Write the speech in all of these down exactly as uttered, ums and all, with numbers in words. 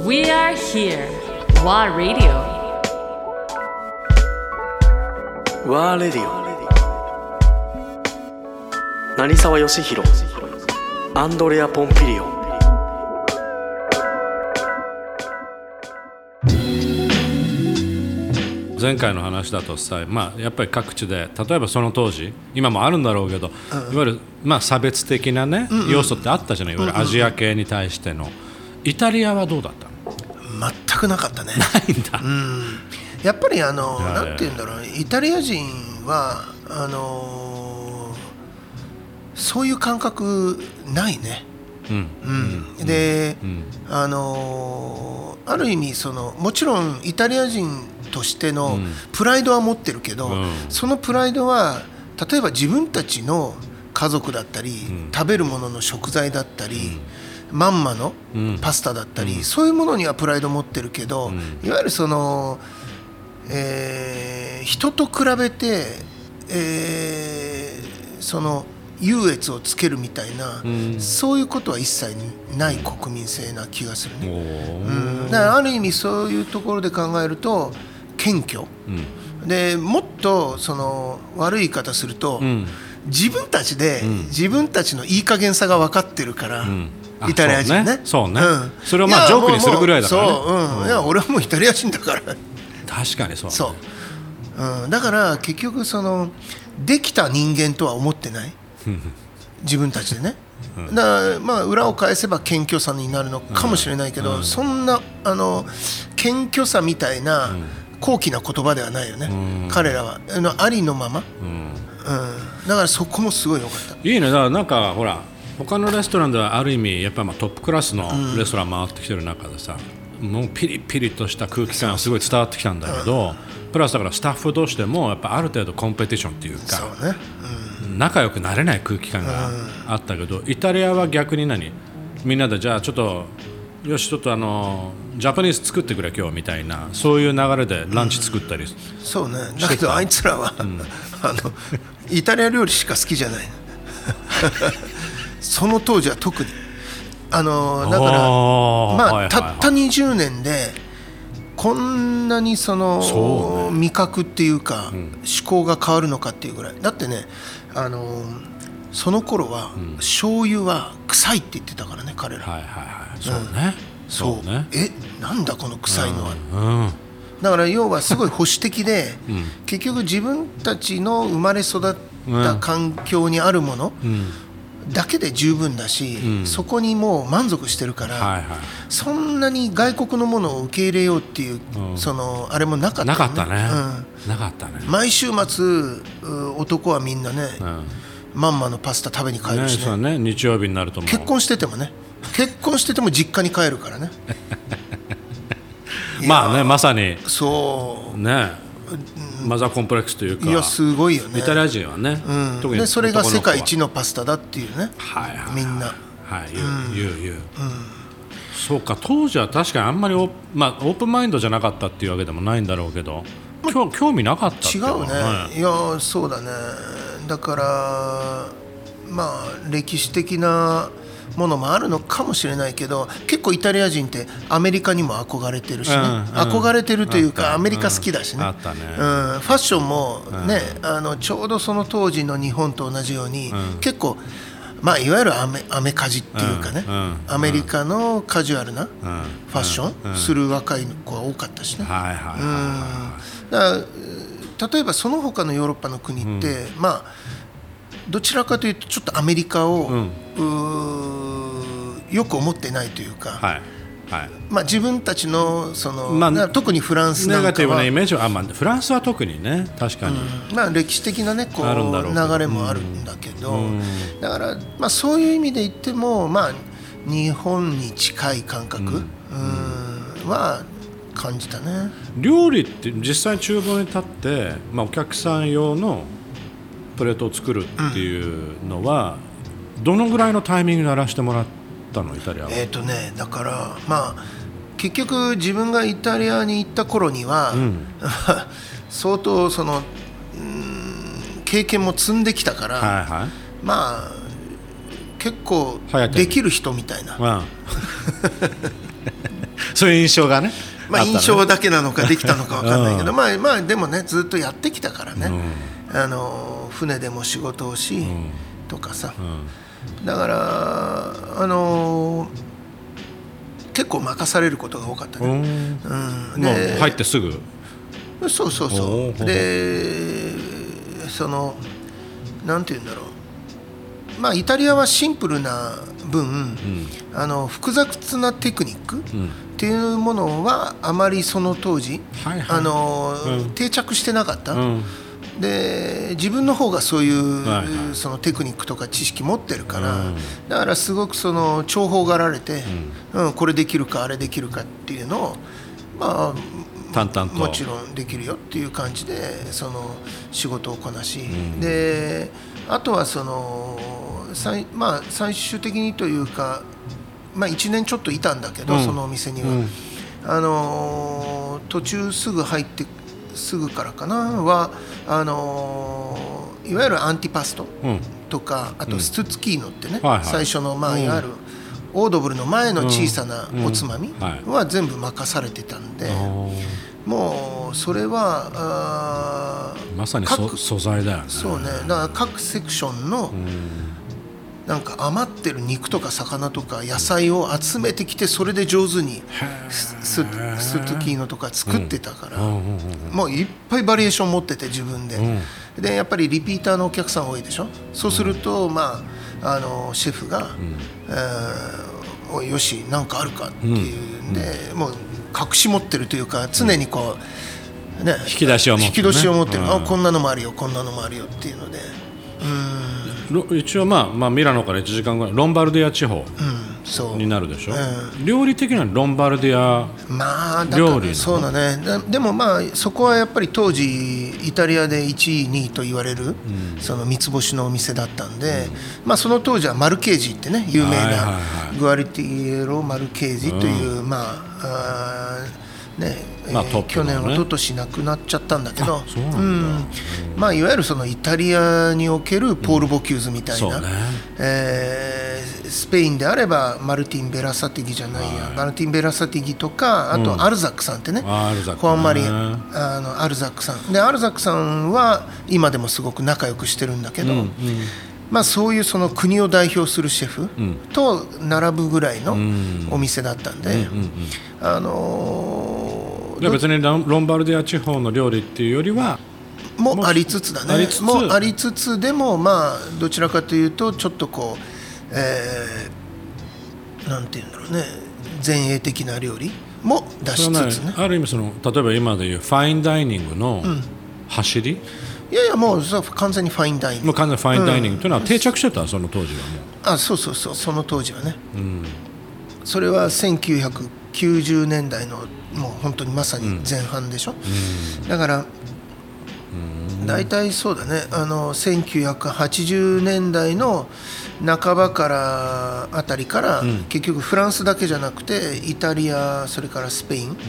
We are here. WA Radio. WA Radio。成沢義弘、アンドレア・ポンピリオン。 前回の話だとさ、まあ、やっぱり各地で例えばその当時今もあるんだろうけど、うん、いわゆる、まあ、差別的な、ねうんうん、要素ってあったじゃない、いわゆるアジア系に対しての。イタリアはどうだったの？ 全くなかったね。 ないんだ、 うん、やっぱりあのなんていうんだろう、イタリア人はあのー、そういう感覚ないね。うんうん、で、うん、あのー、ある意味そのもちろんイタリア人としてのプライドは持ってるけど、うん、そのプライドは例えば自分たちの家族だったり、うん、食べるものの食材だったり、うん、まんまのパスタだったり、うん、そういうものにはプライド持ってるけど、うん、いわゆるその、えー、人と比べて、えー、その優越をつけるみたいな、うん、そういうことは一切ない国民性な気がするね。うん、だからある意味そういうところで考えると謙虚、うん、でもっとその悪い言い方すると、うん、自分たちで、うん、自分たちのいい加減さが分かってるから、うん、イタリア人ね。 そうね、そうね、うん、それをまあジョークにするぐらいだからね。 そう、うんうん、いや俺はもうイタリア人だから。 確かにそう、ね、 そう、うん、だから結局そのできた人間とは思ってない自分たちでね。だからまあ裏を返せば謙虚さになるのかもしれないけど、うん、そんなあの謙虚さみたいな高貴な言葉ではないよね、うん、彼らはあのありのまま、うんうん、だからそこもすごい良かった。 いいね。だからなんかほら他のレストランではある意味やっぱりまあトップクラスのレストラン回ってきてる中でさ、うん、もうピリピリとした空気感がすごい伝わってきたんだけど、うん、プラスだからスタッフとしてもやっぱある程度コンペティションっていうか、 そうね、うん、 仲良くなれない空気感があったけど、うん、イタリアは逆に何みんなでじゃあちょっとよしちょっとあのジャパニーズ作ってくれ今日みたいな、そういう流れでランチ作ったり、うん、 そうね。だけどあいつらは、うん、あのイタリア料理しか好きじゃないその当時は特にあのだからまあ、はいはいはい、たったにじゅうねんでこんなにそのそ、ね、味覚っていうか、うん、思考が変わるのかっていうぐらいだってね、あのその頃は、うん、醤油は臭いって言ってたからね彼ら。 はいはいはい、そうね、うん、そうね。 えなんだこの臭いのは、 うんうん、 だから要はすごい保守的で、うん、結局自分たちの生まれ育った環境にあるもの、うんだけで十分だし、うん、そこにもう満足してるから、はいはい、そんなに外国のものを受け入れようっていう、うん、そのあれもなかったね。 なかったね、うん、なかったね。 毎週末男はみんなね、うん、まんまのパスタ食べに帰るし ね, ね, ね日曜日になるともう結婚しててもね結婚してても実家に帰るからねまあねまさにそうねマザーコンプレックスというか、 いやすごいよね。 イタリア人はね、うん、特にでそれが世界一のパスタだっていうね、はいはいはい、みんな、 はい、言う、うん、言う言う、うん、そうか。当時は確かにあんまりオー、まあ、オープンマインドじゃなかったっていうわけでもないんだろうけど、まあ、興味なかったっていうのは、ね、 違うね。いやそうだね。だからまあ歴史的なものもあるのかもしれないけど、結構イタリア人ってアメリカにも憧れてるしね、うんうん、憧れてるというかアメリカ好きだしね、うん、あったね、うん、ファッションもね、うん、あのちょうどその当時の日本と同じように、うん、結構まあいわゆるアメ、アメカジっていうかね、うんうん、アメリカのカジュアルなファッションする若い子が多かったしね。だから例えばその他のヨーロッパの国って、うん、まあどちらかというとちょっとアメリカを、うんよく思ってないというか、はいはいまあ、自分たちの、その、まあ、特にフランスなんかはネガティブなイメージはあ、まあ、フランスは特にね確かに、 うんまあ、歴史的な、ね、こう流れもあるんだけど、うん、だから、まあ、そういう意味で言っても、まあ、日本に近い感覚、うんうん、は感じたね。 料理って実際厨房に立って、まあ、お客さん用のプレートを作るっていうのは、うん、どのぐらいのタイミングでやらせてもらってイタリアは。 えーとね、だからまあ結局自分がイタリアに行った頃には、うん、相当その、うん、経験も積んできたから、はいはい、まあ結構できる人みたいな、うん、 そういう印象がね、 まあ、 ったね印象だけなのかできたのか分かんないけど、まあまあでもねずっとやってきたからね、うん、あの船でも仕事をし、うん、とかさ、うん、だからあの結構任されることが多かったね、うんうん、で入ってすぐそうそうそうでそのなんていうんだろう、まあイタリアはシンプルな分、うん、あの複雑なテクニック、うん、っていうものはあまりその当時、はいはい、あのうん、定着してなかった、うん、で自分の方がそういう、はいはい、そのテクニックとか知識持ってるから、うん、だからすごくその重宝がられて、うんうん、これできるかあれできるかっていうのをまあ淡々ともちろんできるよっていう感じでその仕事をこなし、うん、であとはその最、まあ、最終的にというか、まあ、いちねんちょっといたんだけど、うん、そのお店には、うん、あの途中すぐ入ってすぐからかなはあのいわゆるアンティパストとか、うん、あとストゥッツキーノってね、うんはいはい、最初の、まあ、いわゆるオードブルの前の小さなおつまみは全部任されてたんで、もうそれはあまさに素材だよね。 そうね、だから各セクションのなんか余ってる肉とか魚とか野菜を集めてきてそれで上手にスストゥキーノとか作ってたから、もういっぱいバリエーション持ってて自分で、でやっぱりリピーターのお客さん多いでしょ。そうするとまああのシェフが、うんえー、おいよしなんかあるかっていうんで、うん、もう隠し持ってるというか常にこう、ね、 引き出しを持ってる、ね、 引き出しを持ってる、うん、あこんなのもあるよこんなのもあるよっていうので、 うん、一応、まあまあ、ミラノからいちじかんぐらいロンバルディア地方になるでしょ、うん、料理的にはロンバルディア料理、まあ、 そうだね。でもまあそこはやっぱり当時イタリアでいちいにいと言われる、うん、その三つ星のお店だったんで、うんまあ、その当時はマルケージってね有名な、はいはいはい、グアリティエロマルケージという、うん、まああねまあね、去年一昨年亡くなっちゃったんだけど、うんまあ、いわゆるそのイタリアにおけるポール・ボキューズみたいな、うんねえー、スペインであればマルティン・ベラサティギじゃないや、はい、マルティン・ベラサティギとかあとアルザックさんってね、うん、こうあんまりあのアルザックさんでアルザックさんは今でもすごく仲良くしてるんだけど、うんうんまあ、そういうその国を代表するシェフと並ぶぐらいのお店だったんで、うんうんうんうん、あのーじゃ別にロンバルディア地方の料理っていうよりはもありつつだね。ありつつもありつつでもまあどちらかというとちょっとこう、えー、なんていうんだろうね前衛的な料理も出しつつね。 ある意味その例えば今でいうファインダイニングの走り、うん、 いやいやもう完全にファインダイニング。 もう完全にファインダイニングというのは定着してた、うん、その当時はもう。 あそうそうそうその当時はね。うん、それはせんきゅうひゃくきゅうじゅうねんだいのもう本当にまさに前半でしょ、うん、だから大体そうだねあのせんきゅうひゃくはちじゅうねんだいの半ばからあたりから、うん、結局フランスだけじゃなくてイタリアそれからスペイン、うん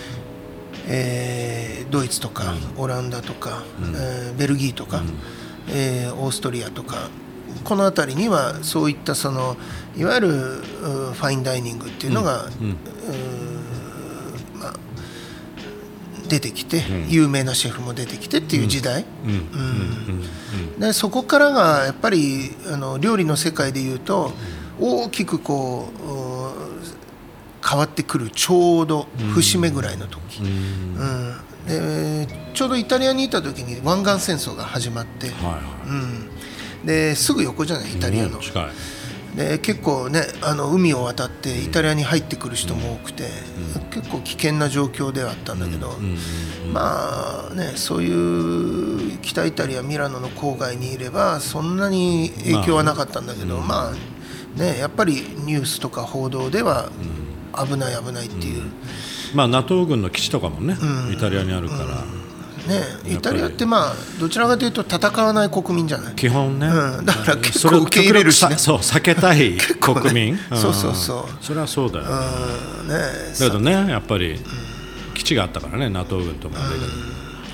えー、ドイツとか、うん、オランダとか、うんえー、ベルギーとか、うんえー、オーストリアとかこの辺りにはそういったそのいわゆるファインダイニングっていうのが、うんうんまあ、出てきて、うん、有名なシェフも出てきてっていう時代、でそこからがやっぱりあの料理の世界でいうと大きくこう変わってくるちょうど節目ぐらいの時、うんうんでちょうどイタリアにいた時に湾岸戦争が始まって、はいはいうん、ですぐ横じゃないイタリアの、うん、近いで結構ねあの海を渡ってイタリアに入ってくる人も多くて、うん、結構危険な状況ではあったんだけど、うんうん、まあねそういう北イタリアミラノの郊外にいればそんなに影響はなかったんだけど、まあ、まあねやっぱりニュースとか報道では危ない危ないっていう、うん、 まあ ナトー 軍の基地とかもね、うん、イタリアにあるから、うんね、イタリアってまあどちらかというと戦わない国民じゃない基本ね、 うん、だから結構受け入れるし、ね、 そう避けたい国民、ねうん、そうそうそうそれはそうだよ、うんね、だけどねやっぱり基地があったからね ナトー 軍とか、うん、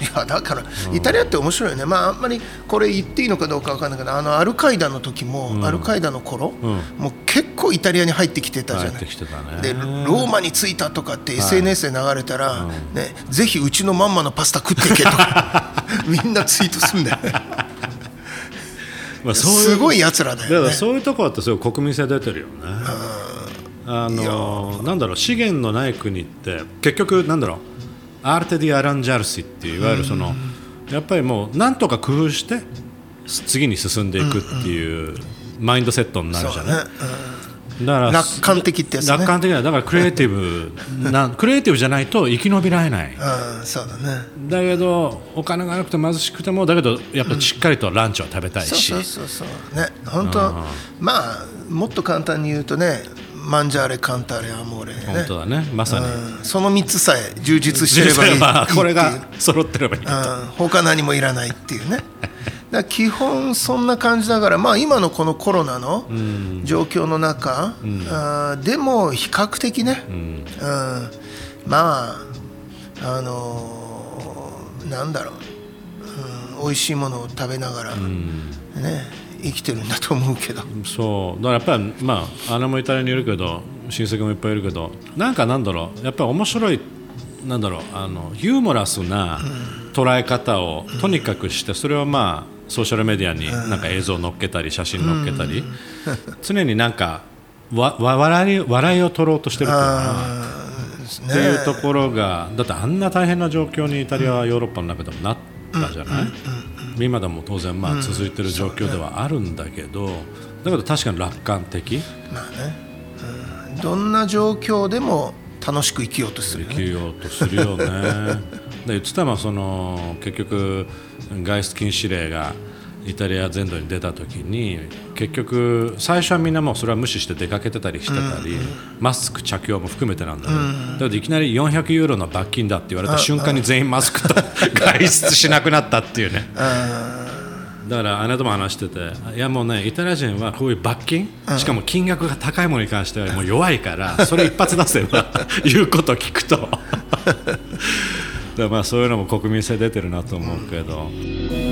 やだからイタリアって面白いよね、まあ、あんまりこれ言っていいのかどうか分かんないけど、あのアルカイダの時も、うん、アルカイダの頃、うん、もう結構イタリアに入ってきてたじゃない。入ってきてたね。でローマに着いたとかって エスエヌエス で流れたら、はいね、ぜひうちのまんまのパスタ食っていけとかみんなツイートするんだよねまあそういうすごいやつらだよね。だからそういうところってすごい国民性出てるよね。あのなんだろう、資源のない国って結局なんだろう、アーテディアランジャルシっていういわゆるそのやっぱりもうなんとか工夫して次に進んでいくっていうマインドセットになるじゃない。だから楽観的ってやつね。 楽観的だ。だからクリエイティブなクリエイティブじゃないと生き延びられない。 うん、そうだね。 だけどお金がなくて貧しくてもだけどやっぱりしっかりとランチを食べたいし、 うん、そうそうそうそうね。本当まあもっと簡単に言うとね、マンジャーレカンターレアモーレ、ね、 本当だね、まさに、 うん、そのみっつさえ充実してればいい、 まあ、これが揃ってればいいと、 うん、他何もいらないっていうねだから基本そんな感じだから、まあ、今のこのコロナの状況の中、うん、あでも比較的ね、うんうん、まああのー、なんだろう、うん、美味しいものを食べながら、うん、ね生きてるんだと思うけど。 そうだからやっぱりまあ姉もイタリアにいるけど親戚もいっぱいいるけど、なんかなんだろう、やっぱり面白い、なんだろう、あのユーモラスな捉え方をとにかくして、それをまあソーシャルメディアになんか映像を載っけたり写真載っけたり、常になんかわ笑い笑いを取ろうとしてるっていうかなっていうところが、だってあんな大変な状況にイタリアはヨーロッパの中でもなったじゃない。今でも当然まあ続いている状況ではあるんだけど、だけど確かに楽観的、 まあね、うん、どんな状況でも楽しく生きようとする、ね、 生きようとするよねで言ってたのはその結局外出禁止令がイタリア全土に出た時に結局最初はみんなもうそれは無視して出かけてたりしてたり、うん、マスク着用も含めてなんだけど、うん、だけどいきなりよんひゃくユーロの罰金だって言われた瞬間に全員マスクと外出しなくなったっていうねだから姉とも話してて、いやもうねイタリア人はこういう罰金、しかも金額が高いものに関してはもう弱いからそれ一発出せば言うこと聞くとだからまあそういうのも国民性出てるなと思うけど、うん